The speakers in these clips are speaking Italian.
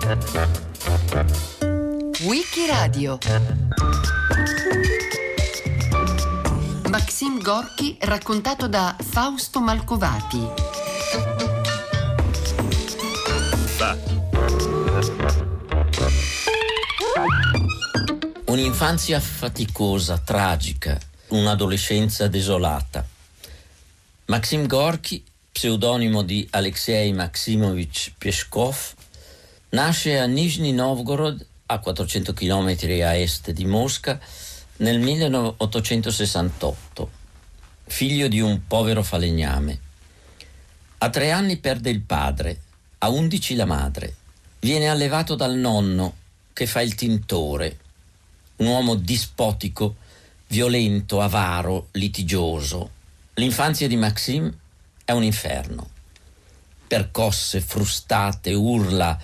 Wikiradio. Maxim Gorky raccontato da Fausto Malcovati. Un'infanzia faticosa, tragica, un'adolescenza desolata. Maxim Gorky, pseudonimo di Alexei Maximovich Peskov, nasce a Nizhny Novgorod, a 400 km a est di Mosca, nel 1868, figlio di un povero falegname. A 3 anni perde il padre, a 11 la madre. Viene allevato dal nonno, che fa il tintore, un uomo dispotico, violento, avaro, litigioso. L'infanzia di Maxim è un inferno. Percosse, frustate, urla,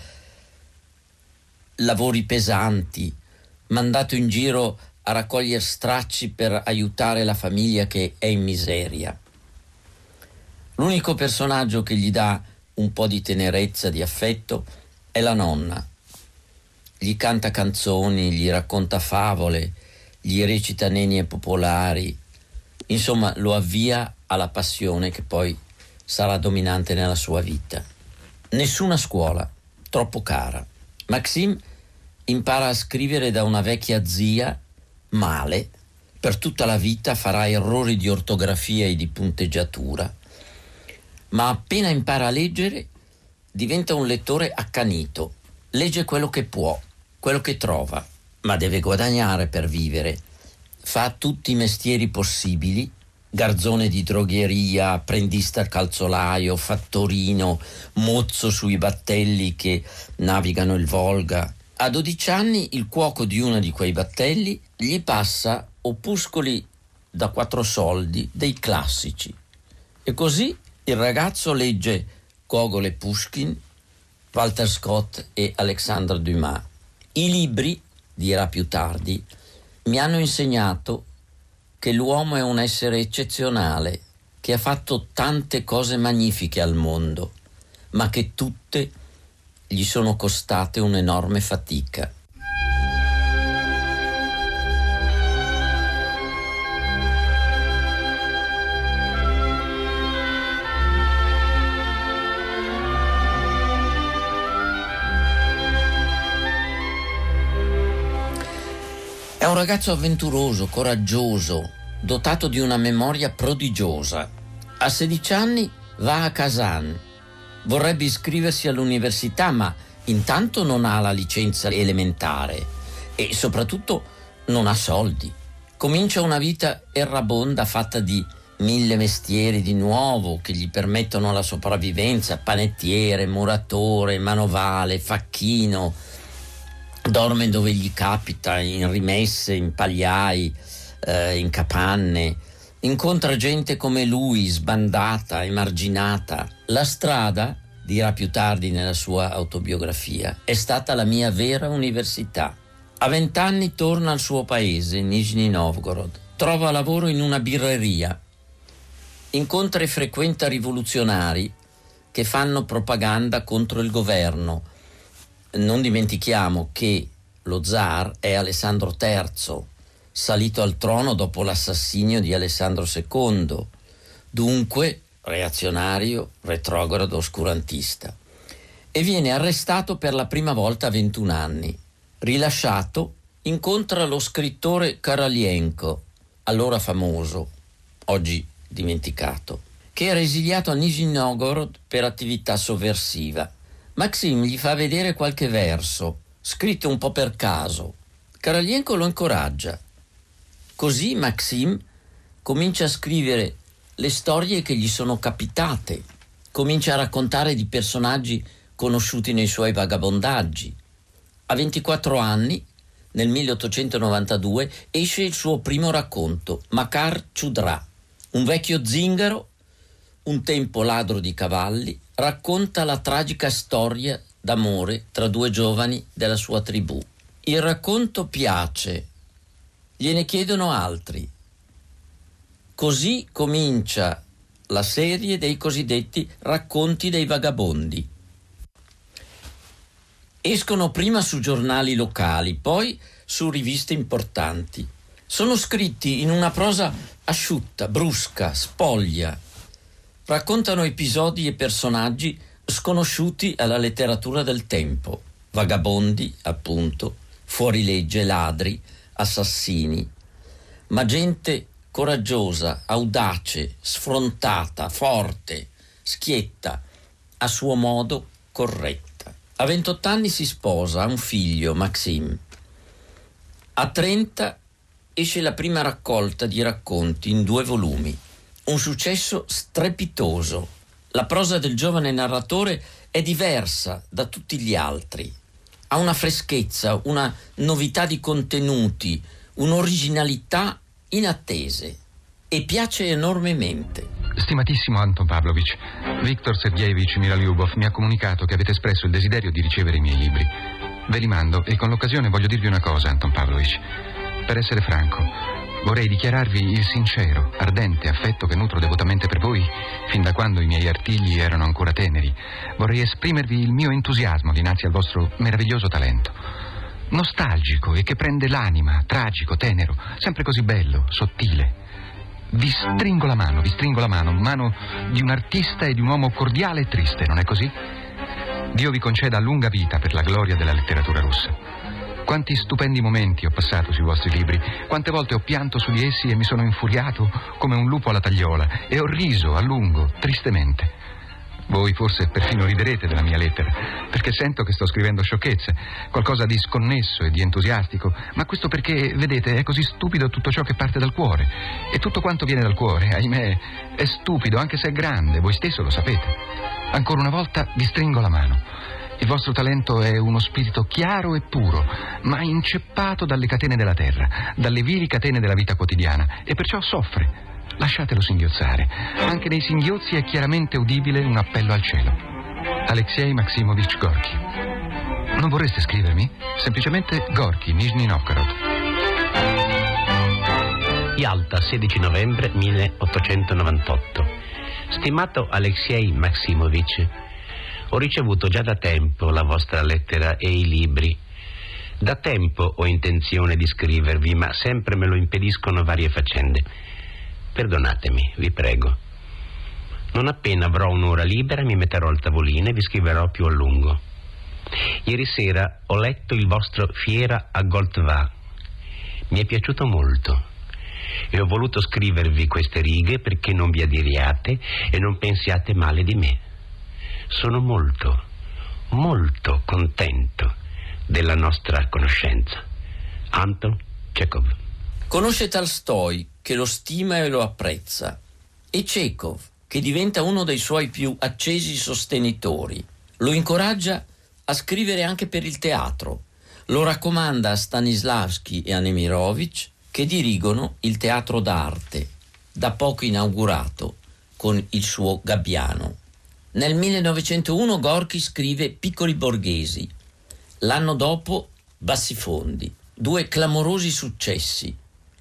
lavori pesanti, mandato in giro a raccogliere stracci per aiutare la famiglia che è in miseria. L'unico personaggio che gli dà un po' di tenerezza, di affetto, è la nonna. Gli canta canzoni, gli racconta favole, gli recita nenie popolari, insomma lo avvia alla passione che poi sarà dominante nella sua vita. Nessuna scuola, troppo cara. Maxim impara a scrivere da una vecchia zia, male, per tutta la vita farà errori di ortografia e di punteggiatura, ma appena impara a leggere diventa un lettore accanito, legge quello che può, quello che trova, ma deve guadagnare per vivere. Fa tutti i mestieri possibili: garzone di drogheria, apprendista calzolaio, fattorino, mozzo sui battelli che navigano il Volga. A 12 anni il cuoco di uno di quei battelli gli passa opuscoli da 4 soldi, dei classici. E così il ragazzo legge Gogol e Pushkin, Walter Scott e Alexandre Dumas. I libri, dirà più tardi, mi hanno insegnato che l'uomo è un essere eccezionale, che ha fatto tante cose magnifiche al mondo, ma che tutte gli sono costate un'enorme fatica. È un ragazzo avventuroso, coraggioso, dotato di una memoria prodigiosa. A 16 anni va a Kazan. Vorrebbe iscriversi all'università, ma intanto non ha la licenza elementare e soprattutto non ha soldi. Comincia una vita errabonda fatta di 1000 mestieri di nuovo che gli permettono la sopravvivenza: panettiere, muratore, manovale, facchino. Dorme dove gli capita, in rimesse, in pagliai, in capanne. Incontra gente come lui, sbandata, emarginata. La strada, dirà più tardi nella sua autobiografia, è stata la mia vera università. A 20 anni torna al suo paese, Nizhny Novgorod. Trova lavoro in una birreria. Incontra e frequenta rivoluzionari che fanno propaganda contro il governo. Non dimentichiamo che lo zar è Alessandro III, salito al trono dopo l'assassinio di Alessandro II, dunque reazionario, retrogrado, oscurantista, e viene arrestato per la prima volta a 21 anni. Rilasciato, incontra lo scrittore Karolienko, allora famoso, oggi dimenticato, che era esiliato a Nizhny Novgorod per attività sovversiva. Maxim gli fa vedere qualche verso, scritto un po' per caso. Karolienko lo incoraggia. Così Maxim comincia a scrivere le storie che gli sono capitate, comincia a raccontare di personaggi conosciuti nei suoi vagabondaggi. A 24 anni, nel 1892, esce il suo primo racconto, Makar Chudra. Un vecchio zingaro, un tempo ladro di cavalli, racconta la tragica storia d'amore tra 2 giovani della sua tribù. Il racconto piace, gliene chiedono altri. Così comincia la serie dei cosiddetti racconti dei vagabondi. Escono prima su giornali locali, poi su riviste importanti. Sono scritti in una prosa asciutta, brusca, spoglia. Raccontano episodi e personaggi sconosciuti alla letteratura del tempo. Vagabondi, appunto, fuorilegge, ladri, assassini. Ma gente coraggiosa, audace, sfrontata, forte, schietta, a suo modo corretta. A 28 anni si sposa, ha un figlio, Maxime. A 30 esce la prima raccolta di racconti in 2 volumi. Un successo strepitoso. La prosa del giovane narratore è diversa da tutti gli altri. Ha una freschezza, una novità di contenuti, un'originalità inattese e piace enormemente. Stimatissimo Anton Pavlovich, Viktor Sergeyevich Miralyubov mi ha comunicato che avete espresso il desiderio di ricevere i miei libri. Ve li mando e con l'occasione voglio dirvi una cosa, Anton Pavlovich. Per essere franco, vorrei dichiararvi il sincero, ardente affetto che nutro devotamente per voi fin da quando i miei artigli erano ancora teneri. Vorrei esprimervi il mio entusiasmo dinanzi al vostro meraviglioso talento. Nostalgico e che prende l'anima, tragico, tenero, sempre così bello, sottile. Vi stringo la mano, mano di un artista e di un uomo cordiale e triste, non è così? Dio vi conceda lunga vita per la gloria della letteratura russa. Quanti stupendi momenti ho passato sui vostri libri, quante volte ho pianto su di essi e mi sono infuriato come un lupo alla tagliola e ho riso a lungo, tristemente. Voi forse perfino riderete della mia lettera, perché sento che sto scrivendo sciocchezze, qualcosa di sconnesso e di entusiastico, ma questo perché, vedete, è così stupido tutto ciò che parte dal cuore. E tutto quanto viene dal cuore, ahimè, è stupido, anche se è grande, voi stesso lo sapete. Ancora una volta vi stringo la mano. Il vostro talento è uno spirito chiaro e puro, ma inceppato dalle catene della terra, dalle vili catene della vita quotidiana, e perciò soffre. Lasciatelo singhiozzare. Anche nei singhiozzi è chiaramente udibile un appello al cielo. Alexei Maximovich Gorky. Non vorreste scrivermi? Semplicemente Gorky, Nizhny Novgorod. Yalta, 16 novembre 1898. Stimato Alexei Maximovich, ho ricevuto già da tempo la vostra lettera e i libri. Da tempo ho intenzione di scrivervi, ma sempre me lo impediscono varie faccende. Perdonatemi, vi prego. Non appena avrò un'ora libera mi metterò al tavolino e vi scriverò più a lungo. Ieri sera ho letto il vostro Fiera a Goltva. Mi è piaciuto molto e ho voluto scrivervi queste righe perché non vi adiriate e non pensiate male di me. Sono molto, molto contento della nostra conoscenza. Anton Chekhov. Conosce Tolstoj, che lo stima e lo apprezza, e Chekhov, che diventa uno dei suoi più accesi sostenitori. Lo incoraggia a scrivere anche per il teatro. Lo raccomanda a Stanislavski e a Nemirovich, che dirigono il teatro d'arte, da poco inaugurato con il suo Gabbiano. Nel 1901 Gorky scrive Piccoli borghesi. L'anno dopo Bassifondi. 2 clamorosi successi.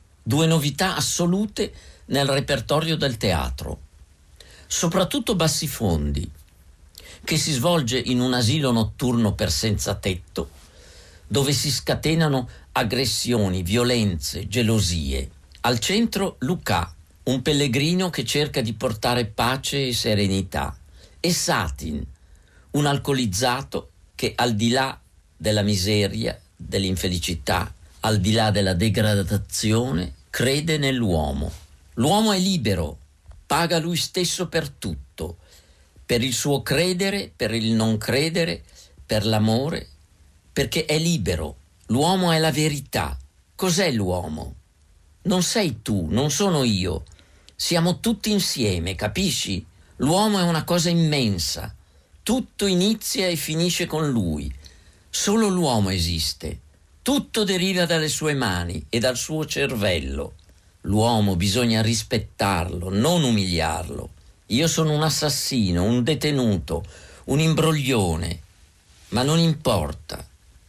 2 novità assolute nel repertorio del teatro. Soprattutto Bassifondi, che si svolge in un asilo notturno per senza tetto, dove si scatenano aggressioni, violenze, gelosie. Al centro Luca, un pellegrino che cerca di portare pace e serenità, e Satin, un alcolizzato che al di là della miseria, dell'infelicità, al di là della degradazione, crede nell'uomo. L'uomo è libero, paga lui stesso per tutto, per il suo credere, per il non credere, per l'amore, perché è libero. L'uomo è la verità. Cos'è l'uomo? Non sei tu, non sono io. Siamo tutti insieme, capisci? L'uomo è una cosa immensa. Tutto inizia e finisce con lui. Solo l'uomo esiste. Tutto deriva dalle sue mani e dal suo cervello. L'uomo bisogna rispettarlo, non umiliarlo. Io sono un assassino, un detenuto, un imbroglione, ma non importa.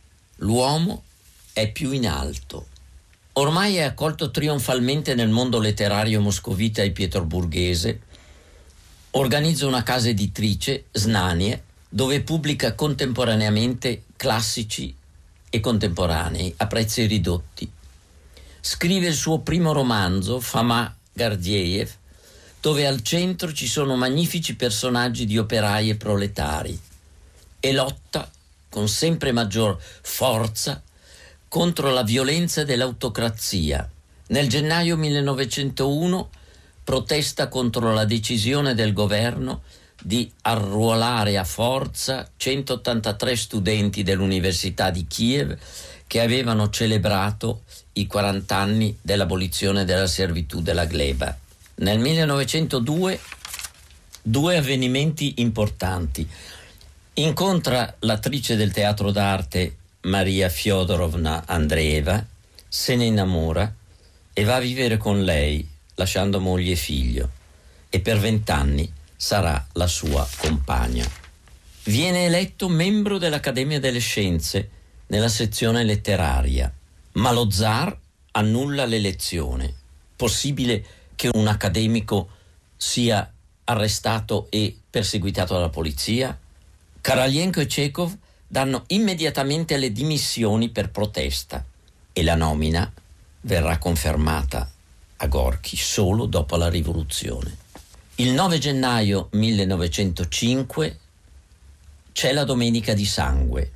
L'uomo è più in alto. Ormai è accolto trionfalmente nel mondo letterario moscovita e pietroburghese. Organizza una casa editrice, Znanie, dove pubblica contemporaneamente classici e contemporanei a prezzi ridotti. Scrive il suo primo romanzo, Fama Gardiev, dove al centro ci sono magnifici personaggi di operai e proletari, e lotta con sempre maggior forza contro la violenza dell'autocrazia. Nel gennaio 1901 protesta contro la decisione del governo di arruolare a forza 183 studenti dell'Università di Kiev che avevano celebrato i 40 anni dell'abolizione della servitù della gleba. Nel 1902 due avvenimenti importanti. Incontra l'attrice del teatro d'arte Maria Fyodorovna Andreeva, se ne innamora e va a vivere con lei, lasciando moglie e figlio, e per 20 anni sarà la sua compagna. Viene eletto membro dell'Accademia delle Scienze nella sezione letteraria, ma lo zar annulla l'elezione. Possibile che un accademico sia arrestato e perseguitato dalla polizia? Karalenko e Chekhov danno immediatamente le dimissioni per protesta e la nomina verrà confermata a Gorky solo dopo la rivoluzione. Il 9 gennaio 1905 c'è la Domenica di Sangue,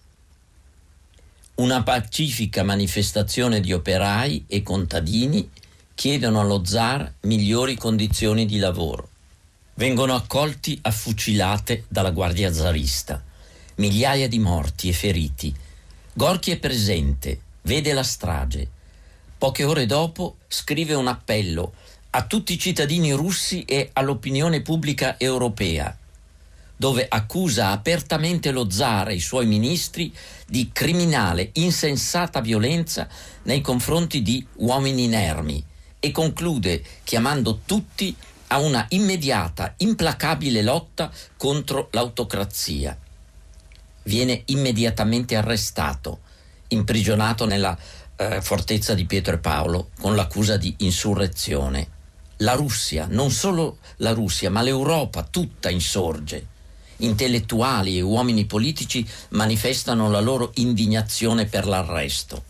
una pacifica manifestazione di operai e contadini chiedono allo zar migliori condizioni di lavoro. Vengono accolti a fucilate dalla guardia zarista, migliaia di morti e feriti. Gorky è presente, vede la strage. Poche ore dopo scrive un appello a tutti i cittadini russi e all'opinione pubblica europea, dove accusa apertamente lo zar e i suoi ministri di criminale, insensata violenza nei confronti di uomini inermi e conclude chiamando tutti a una immediata, implacabile lotta contro l'autocrazia. Viene immediatamente arrestato, imprigionato nella fortezza di Pietro e Paolo con l'accusa di insurrezione. La Russia, non solo la Russia, ma l'Europa tutta insorge. Intellettuali e uomini politici manifestano la loro indignazione per l'arresto.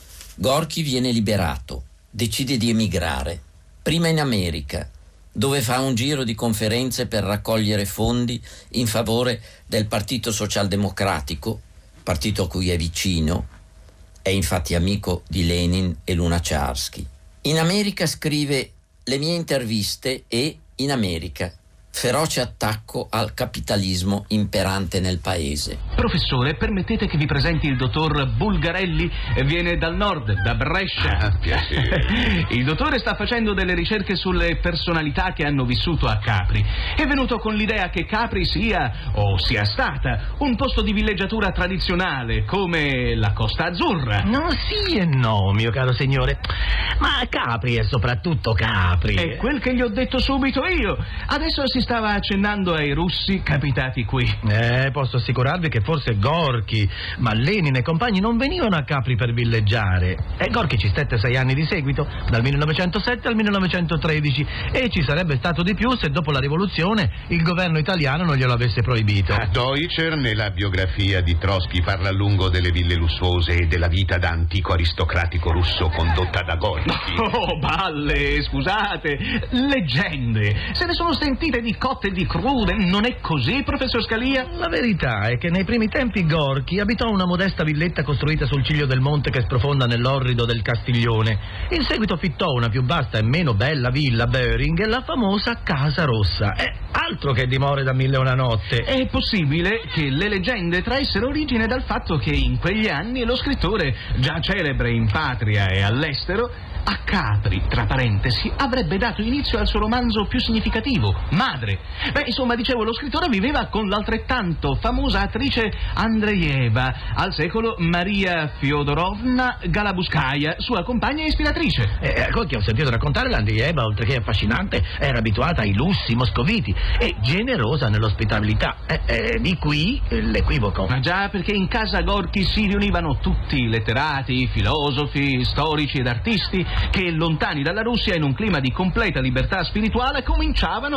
Gorky viene liberato, decide di emigrare, prima in America, dove fa un giro di conferenze per raccogliere fondi in favore del Partito Socialdemocratico, partito a cui è vicino, è infatti amico di Lenin e Lunacharsky. In America scrive Le mie interviste e In America, feroce attacco al capitalismo imperante nel paese. Professore, permettete che vi presenti il dottor Bulgarelli, viene dal nord, da Brescia. Piacere. Il dottore sta facendo delle ricerche sulle personalità che hanno vissuto a Capri. È venuto con l'idea che Capri sia, o sia stata, un posto di villeggiatura tradizionale, come la Costa Azzurra. No, sì e no, mio caro signore. Ma Capri è soprattutto Capri. È quel che gli ho detto subito io. Adesso si stava accennando ai russi capitati qui. Posso assicurarvi che forse Gorky, ma Lenin e compagni non venivano a Capri per villeggiare. Gorky ci stette 6 anni di seguito, dal 1907 al 1913, e ci sarebbe stato di più se dopo la rivoluzione il governo italiano non glielo avesse proibito. Deutscher, nella biografia di Trotsky, parla a lungo delle ville lussuose e della vita da antico aristocratico russo condotta da Gorky. Oh, balle, scusate, leggende. Se ne sono sentite di cotte e di crude, non è così, professor Scalia? La verità è che nei primi tempi Gorky abitò una modesta villetta costruita sul ciglio del monte che sprofonda nell'orrido del Castiglione. In seguito fittò una più vasta e meno bella villa a Böring, la famosa Casa Rossa. Altro che dimore da 1001 notte. È possibile che le leggende traessero origine dal fatto che in quegli anni lo scrittore, già celebre in patria e all'estero, a Capri, tra parentesi, avrebbe dato inizio al suo romanzo più significativo, Madre. Insomma, dicevo, lo scrittore viveva con l'altrettanto famosa attrice Andreeva, al secolo Maria Fyodorovna Galabuskaya, sua compagna e ispiratrice. Che ho sentito raccontare, l'Andreeva, oltre che affascinante, era abituata ai lussi moscoviti e generosa nell'ospitabilità. Di qui l'equivoco. Ma già, perché in casa Gorky si riunivano tutti, letterati, filosofi, storici ed artisti, che lontani dalla Russia, in un clima di completa libertà spirituale, cominciavano a subire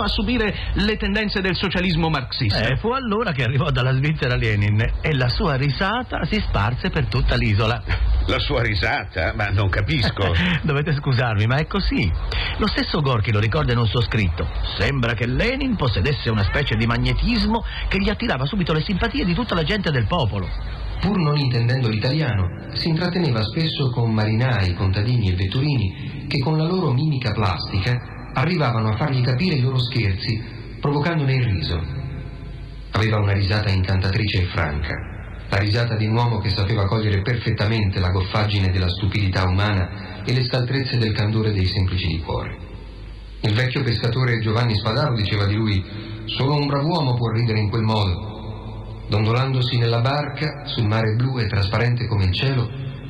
combattere le tendenze del socialismo marxista. Fu allora che arrivò dalla Svizzera Lenin e la sua risata si sparse per tutta l'isola. La sua risata? Ma non capisco. Dovete scusarmi, ma è così. Lo stesso Gorky lo ricorda in un suo scritto. Sembra che Lenin possedesse una specie di magnetismo che gli attirava subito le simpatie di tutta la gente del popolo. Pur non intendendo l'italiano, si intratteneva spesso con marinai, contadini e vetturini che con la loro mimica plastica arrivavano a fargli capire i loro scherzi, provocandone il riso. Aveva una risata incantatrice e franca, la risata di un uomo che sapeva cogliere perfettamente la goffaggine della stupidità umana e le scaltrezze del candore dei semplici di cuore. Il vecchio pescatore Giovanni Spadaro diceva di lui: solo un brav'uomo può ridere in quel modo. Dondolandosi nella barca, sul mare blu e trasparente come il cielo,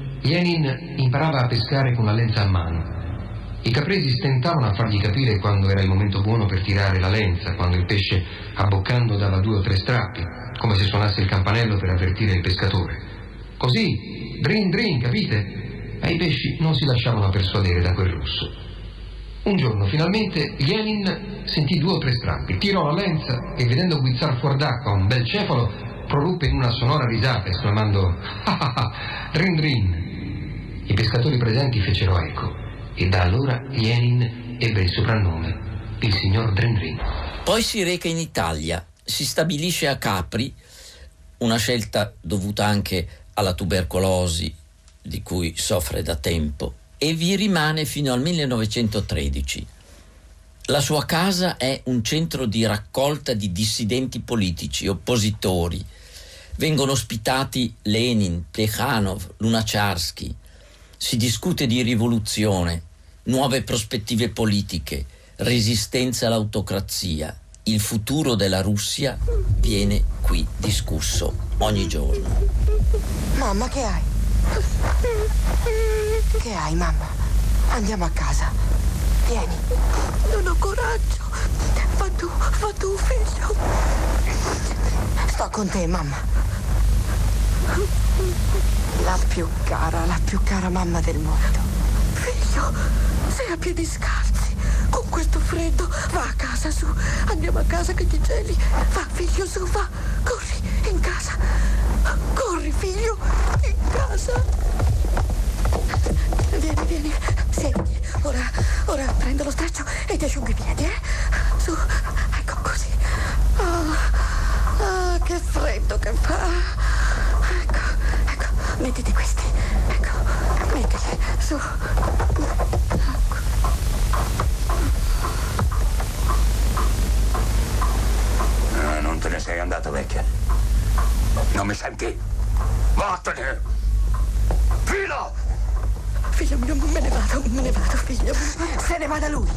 Lenin imparava a pescare con la lenza a mano. I capresi stentavano a fargli capire quando era il momento buono per tirare la lenza, quando il pesce, abboccando, dava 2 o 3 strappi, come se suonasse il campanello per avvertire il pescatore. Così, drin drin, capite? Ma i pesci non si lasciavano persuadere da quel russo. Un giorno, finalmente, Lenin sentì 2 o 3 strappi, tirò la lenza e, vedendo guizzar fuor d'acqua un bel cefalo, proruppe in una sonora risata, esclamando «Ah ah ah, drin drin». I pescatori presenti fecero eco e da allora Lenin ebbe il soprannome, il signor Drin Drin. Poi si reca in Italia, si stabilisce a Capri, una scelta dovuta anche alla tubercolosi di cui soffre da tempo, e vi rimane fino al 1913. La sua casa è un centro di raccolta di dissidenti politici, oppositori. Vengono ospitati Lenin, Plekhanov, Lunacharsky. Si discute di rivoluzione, nuove prospettive politiche, resistenza all'autocrazia. Il futuro della Russia viene qui discusso ogni giorno. Mamma, che hai? Che hai, mamma? Andiamo a casa. Vieni. Non ho coraggio. Va tu, figlio. Sto con te, mamma. La più cara mamma del mondo. Figlio, sei a piedi scalzi. Con questo freddo, va a casa, su. Andiamo a casa che ti geli. Va, figlio, su, va. Corri, in casa. Corri, figlio, in casa. Vieni. Senti, ora prendo lo straccio e ti asciughi i piedi, Su, ecco così. Che freddo che fa. Ecco, mettiti questi. Ecco, mettili, su. Ecco. Non te ne sei andato, vecchia. Non mi senti? Vattene! Filo! Figlio mio, me ne vado, figlio. Se ne vada lui.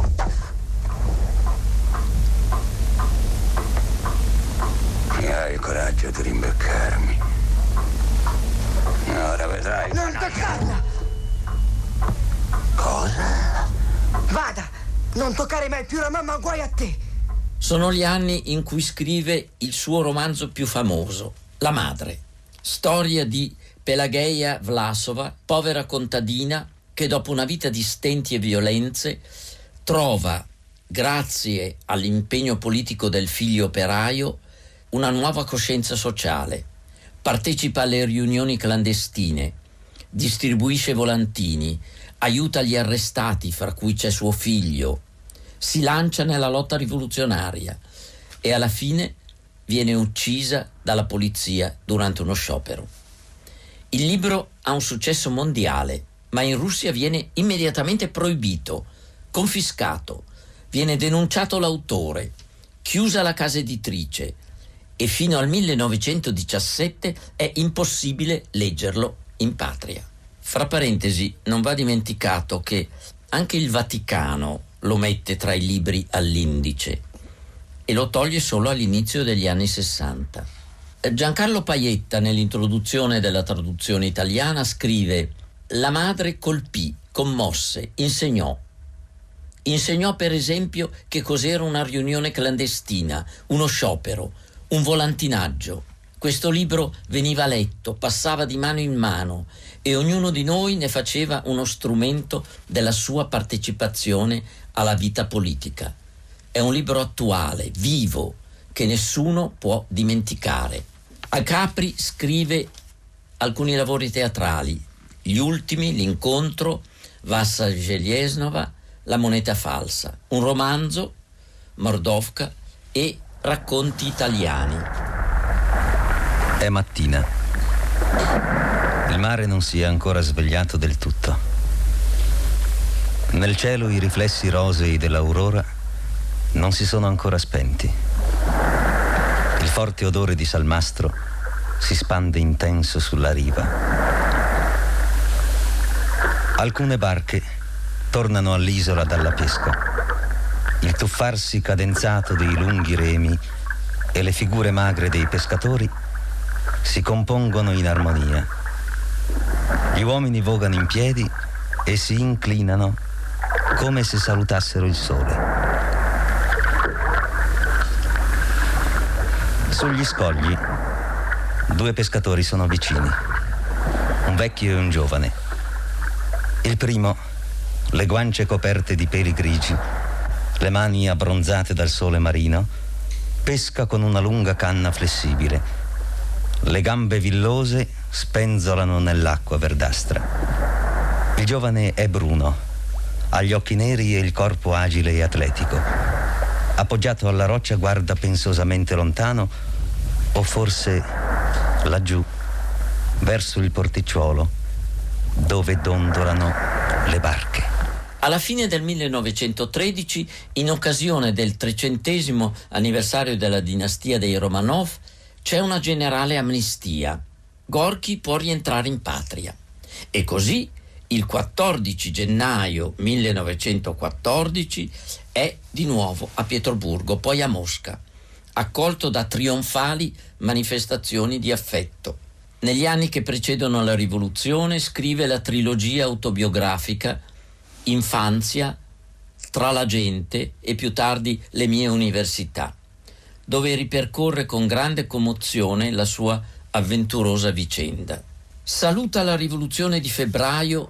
Hai il coraggio di rimbeccarmi. Ora vedrai. Non toccarla! Cosa? Vada! Non toccare mai più la mamma, guai a te! Sono gli anni in cui scrive il suo romanzo più famoso, La madre, storia di Pelageia Vlasova, povera contadina che dopo una vita di stenti e violenze trova, grazie all'impegno politico del figlio operaio, una nuova coscienza sociale. Partecipa alle riunioni clandestine, distribuisce volantini, aiuta gli arrestati, fra cui c'è suo figlio, si lancia nella lotta rivoluzionaria e alla fine viene uccisa dalla polizia durante uno sciopero. Il libro ha un successo mondiale, ma in Russia viene immediatamente proibito, confiscato, viene denunciato l'autore, chiusa la casa editrice e fino al 1917 è impossibile leggerlo in patria. Fra parentesi, non va dimenticato che anche il Vaticano lo mette tra i libri all'indice e lo toglie solo all'inizio degli anni 60. Giancarlo Paietta, nell'introduzione della traduzione italiana, scrive: la madre colpì, commosse, insegnò. Insegnò per esempio che cos'era una riunione clandestina, uno sciopero, un volantinaggio. Questo libro veniva letto, passava di mano in mano e ognuno di noi ne faceva uno strumento della sua partecipazione alla vita politica. è un libro attuale, vivo, che nessuno può dimenticare. A Capri scrive alcuni lavori teatrali, gli ultimi, L'incontro, Vassa Željeznová, La moneta falsa, un romanzo, Mordovka, e racconti italiani. È mattina. Il mare non si è ancora svegliato del tutto. Nel cielo i riflessi rosei dell'aurora non si sono ancora spenti. Il forte odore di salmastro si spande intenso sulla riva. Alcune barche tornano all'isola dalla pesca. Il tuffarsi cadenzato dei lunghi remi e le figure magre dei pescatori si compongono in armonia. Gli uomini vogano in piedi e si inclinano come se salutassero il sole. Sugli scogli, due pescatori sono vicini, un vecchio e un giovane. Il primo, le guance coperte di peli grigi, le mani abbronzate dal sole marino, pesca con una lunga canna flessibile. Le gambe villose spenzolano nell'acqua verdastra. Il giovane è bruno, ha gli occhi neri e il corpo agile e atletico. Appoggiato alla roccia guarda pensosamente lontano, o forse laggiù, verso il porticciolo, dove dondolano le barche. Alla fine del 1913, in occasione del 300° anniversario della dinastia dei Romanov, c'è una generale amnistia. Gorkij può rientrare in patria. E così, il 14 gennaio 1914, è di nuovo a Pietroburgo, poi a Mosca, accolto da trionfali manifestazioni di affetto. Negli anni che precedono la rivoluzione scrive la trilogia autobiografica Infanzia, Tra la gente e più tardi Le mie università, dove ripercorre con grande commozione la sua avventurosa vicenda. Saluta la rivoluzione di febbraio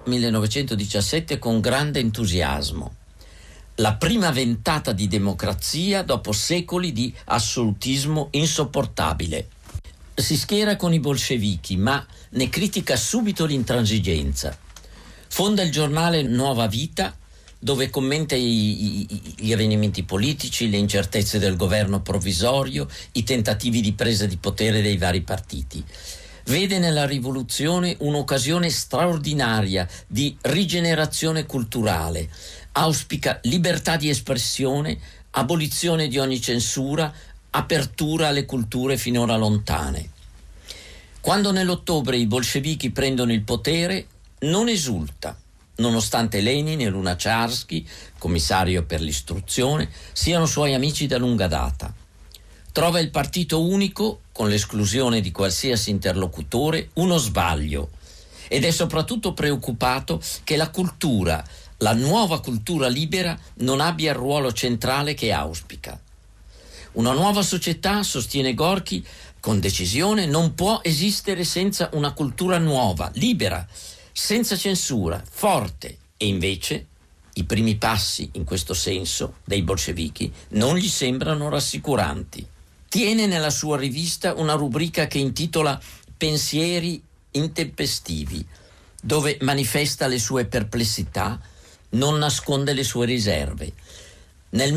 1917 con grande entusiasmo, la prima ventata di democrazia dopo secoli di assolutismo insopportabile. Si schiera con i bolscevichi, ma ne critica subito l'intransigenza. Fonda il giornale Nuova Vita, dove commenta gli avvenimenti politici, le incertezze del governo provvisorio, i tentativi di presa di potere dei vari partiti. Vede nella rivoluzione un'occasione straordinaria di rigenerazione culturale, auspica libertà di espressione, abolizione di ogni censura, apertura alle culture finora lontane. Quando nell'ottobre i bolscevichi prendono il potere, non esulta, nonostante Lenin e Lunacharsky, commissario per l'istruzione, siano suoi amici da lunga data. Trova il partito unico, con l'esclusione di qualsiasi interlocutore, uno sbaglio, ed è soprattutto preoccupato che la cultura, la nuova cultura libera, non abbia il ruolo centrale che auspica. Una nuova società, sostiene Gorkij con decisione, non può esistere senza una cultura nuova, libera, senza censura, forte. E invece i primi passi in questo senso dei bolscevichi non gli sembrano rassicuranti. Tiene nella sua rivista una rubrica che intitola Pensieri intempestivi, dove manifesta le sue perplessità, non nasconde le sue riserve. Nel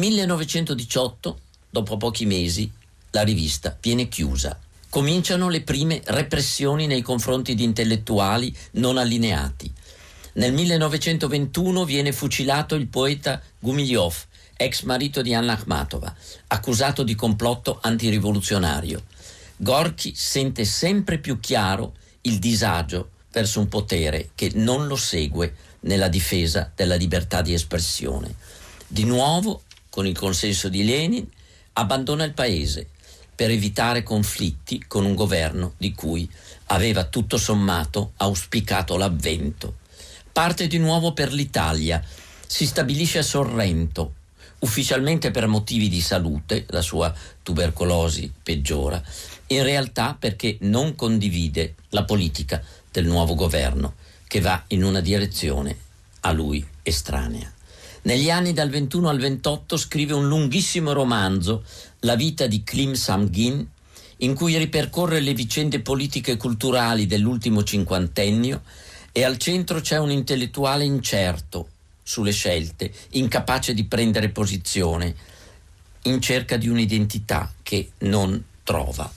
1918, dopo pochi mesi, la rivista viene chiusa. Cominciano le prime repressioni nei confronti di intellettuali non allineati. Nel 1921 viene fucilato il poeta Gumilyov, ex marito di Anna Akhmatova, accusato di complotto antirivoluzionario. Gorkij sente sempre più chiaro il disagio verso un potere che non lo segue nella difesa della libertà di espressione. Di nuovo, con il consenso di Lenin, abbandona il paese per evitare conflitti con un governo di cui aveva tutto sommato auspicato l'avvento. Parte di nuovo per l'Italia, si stabilisce a Sorrento, ufficialmente per motivi di salute, la sua tubercolosi peggiora, in realtà perché non condivide la politica del nuovo governo, che va in una direzione a lui estranea. Negli anni dal 21 al 28 scrive un lunghissimo romanzo, La vita di Klim Sam-gin, in cui ripercorre le vicende politiche e culturali dell'ultimo cinquantennio, e al centro c'è un intellettuale incerto sulle scelte, incapace di prendere posizione, in cerca di un'identità che non trova.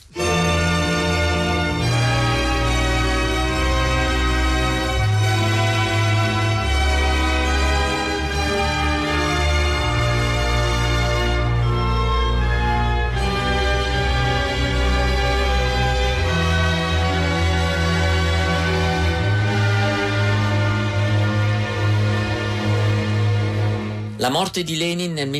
La morte di Lenin nel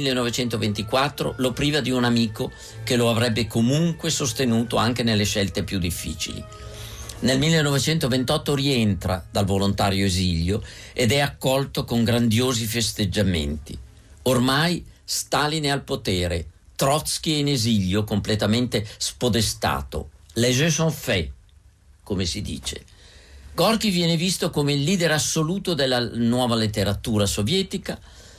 1924 lo priva di un amico che lo avrebbe comunque sostenuto anche nelle scelte più difficili. Nel 1928 rientra dal volontario esilio ed è accolto con grandiosi festeggiamenti. Ormai Stalin è al potere, Trotsky è in esilio, completamente spodestato. Les jeux sont faits, come si dice. Gorky viene visto come il leader assoluto della nuova letteratura sovietica.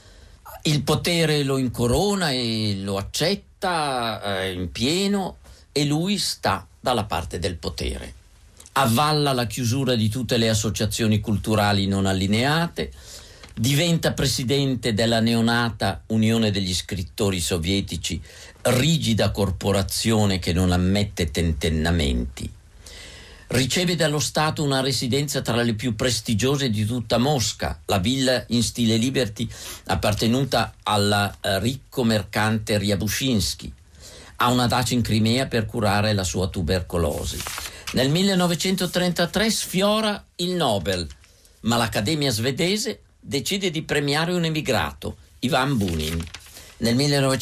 Il potere lo incorona e lo accetta in pieno, e lui sta dalla parte del potere. Avvalla la chiusura di tutte le associazioni culturali non allineate, diventa presidente della neonata Unione degli Scrittori Sovietici, rigida corporazione che non ammette tentennamenti. Riceve dallo Stato una residenza tra le più prestigiose di tutta Mosca, la villa in stile Liberty appartenuta al ricco mercante Ryabushinsky. Ha una dacia in Crimea per curare la sua tubercolosi. Nel 1933 sfiora il Nobel, ma l'Accademia svedese decide di premiare un emigrato, Ivan Bunin. Nel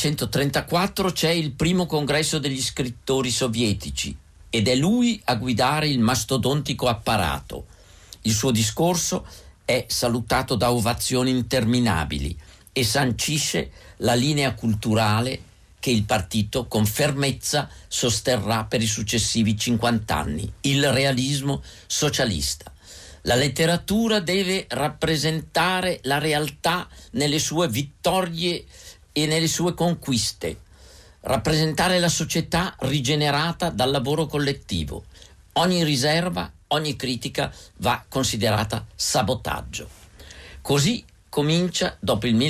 1934 c'è il primo congresso degli scrittori sovietici, ed è lui a guidare il mastodontico apparato. Il suo discorso è salutato da ovazioni interminabili e sancisce la linea culturale che il partito con fermezza sosterrà per i successivi 50 anni, il realismo socialista. La letteratura deve rappresentare la realtà nelle sue vittorie e nelle sue conquiste, rappresentare la società rigenerata dal lavoro collettivo. Ogni riserva, ogni critica va considerata sabotaggio. Così comincia, dopo il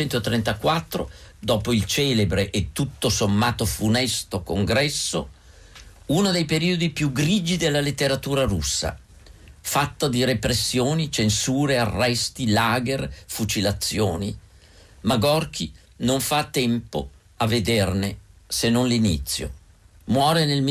1934, dopo il celebre e tutto sommato funesto congresso, uno dei periodi più grigi della letteratura russa, fatto di repressioni, censure, arresti, lager, fucilazioni. Ma Gorky non fa tempo a vederne se non l'inizio. Muore nel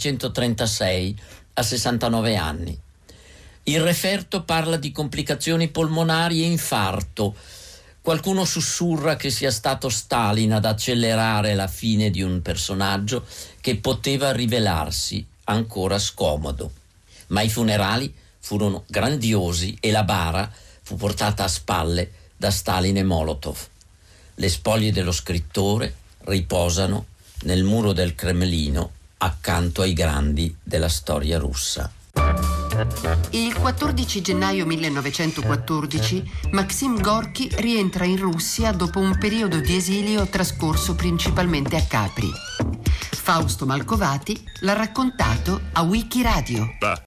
1936 a 69 anni. Il referto parla di complicazioni polmonari e infarto. Qualcuno sussurra che sia stato Stalin ad accelerare la fine di un personaggio che poteva rivelarsi ancora scomodo. Ma i funerali furono grandiosi e la bara fu portata a spalle da Stalin e Molotov. Le spoglie dello scrittore riposano nel muro del Cremlino accanto ai grandi della storia russa. Il 14 gennaio 1914 Maxim Gorky rientra in Russia dopo un periodo di esilio trascorso principalmente a Capri. Fausto Malcovati l'ha raccontato a Wikiradio.